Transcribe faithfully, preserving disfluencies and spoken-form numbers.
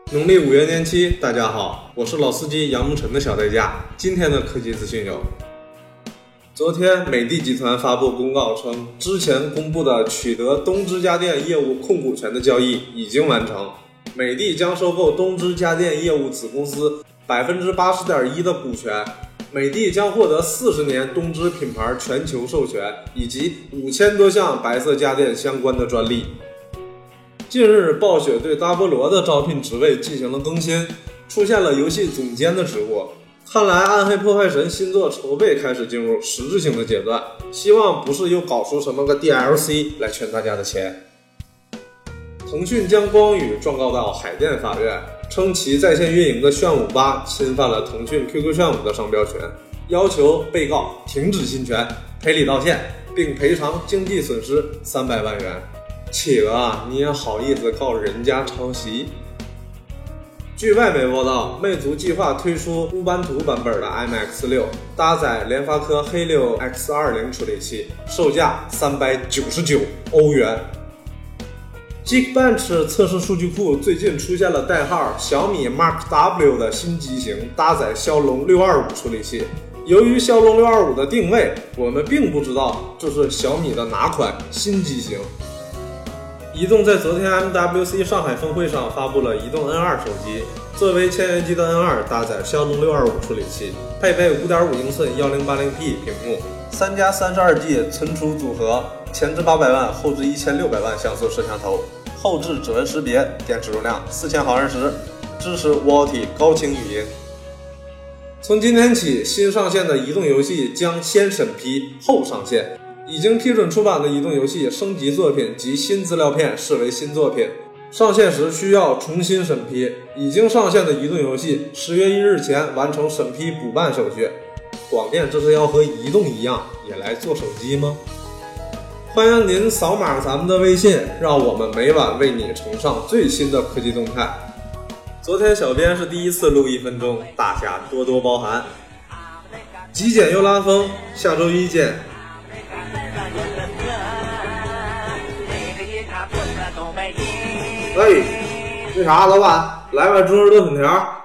农历五月廿七，大家好，我是老司机杨慕辰的小代驾。今天的科技资讯有：昨天美的集团发布公告称，之前公布的取得东芝家电业务控股权的交易已经完成，美的将收购东芝家电业务子公司 百分之八十点一 的股权，美的将获得四十年东芝品牌全球授权以及五千多项白色家电相关的专利。近日，暴雪对大菠萝的招聘职位进行了更新，出现了游戏总监的职务。看来暗黑破坏神新作筹备开始进入实质性的阶段，希望不是又搞出什么个 D L C 来圈大家的钱。腾讯将光宇状告到海淀法院，称其在线运营的炫舞吧侵犯了腾讯 Q Q 炫舞的商标权，要求被告停止侵权、赔礼道歉，并赔偿经济损失三百万元。企鹅啊，你也好意思告人家抄袭？据外媒报道，魅族计划推出乌班图版本的 M X 六，搭载联发科黑六 X 二十 处理器，售价三百九十九欧元。Geekbench 测试数据库最近出现了代号小米 Mark W 的新机型，搭载骁龙六二五处理器。由于骁龙六二五的定位，我们并不知道这是小米的哪款新机型。移动在昨天 M W C 上海峰会上发布了移动 N 二 手机，作为千元机的 N 二 搭载骁龙六二五处理器，配备 五点五英寸 一零八零 P 屏幕，三加三十二 G 存储组合，前置八百万，后置一千六百万像素摄像头，后置指纹识别，电池容量四千毫安时，支持五 A U T 高清语音。从今天起，新上线的移动游戏将先审批后上线。已经批准出版的移动游戏升级作品及新资料片视为新作品，上线时需要重新审批。已经上线的移动游戏十月一日前完成审批补办手续。广电这是要和移动一样也来做手机吗？欢迎您扫码咱们的微信，让我们每晚为你呈上最新的科技动态。昨天小编是第一次录一分钟，大家多多包涵。极简又拉风，下周一见。哎，那啥，老板，来碗猪肉炖粉条。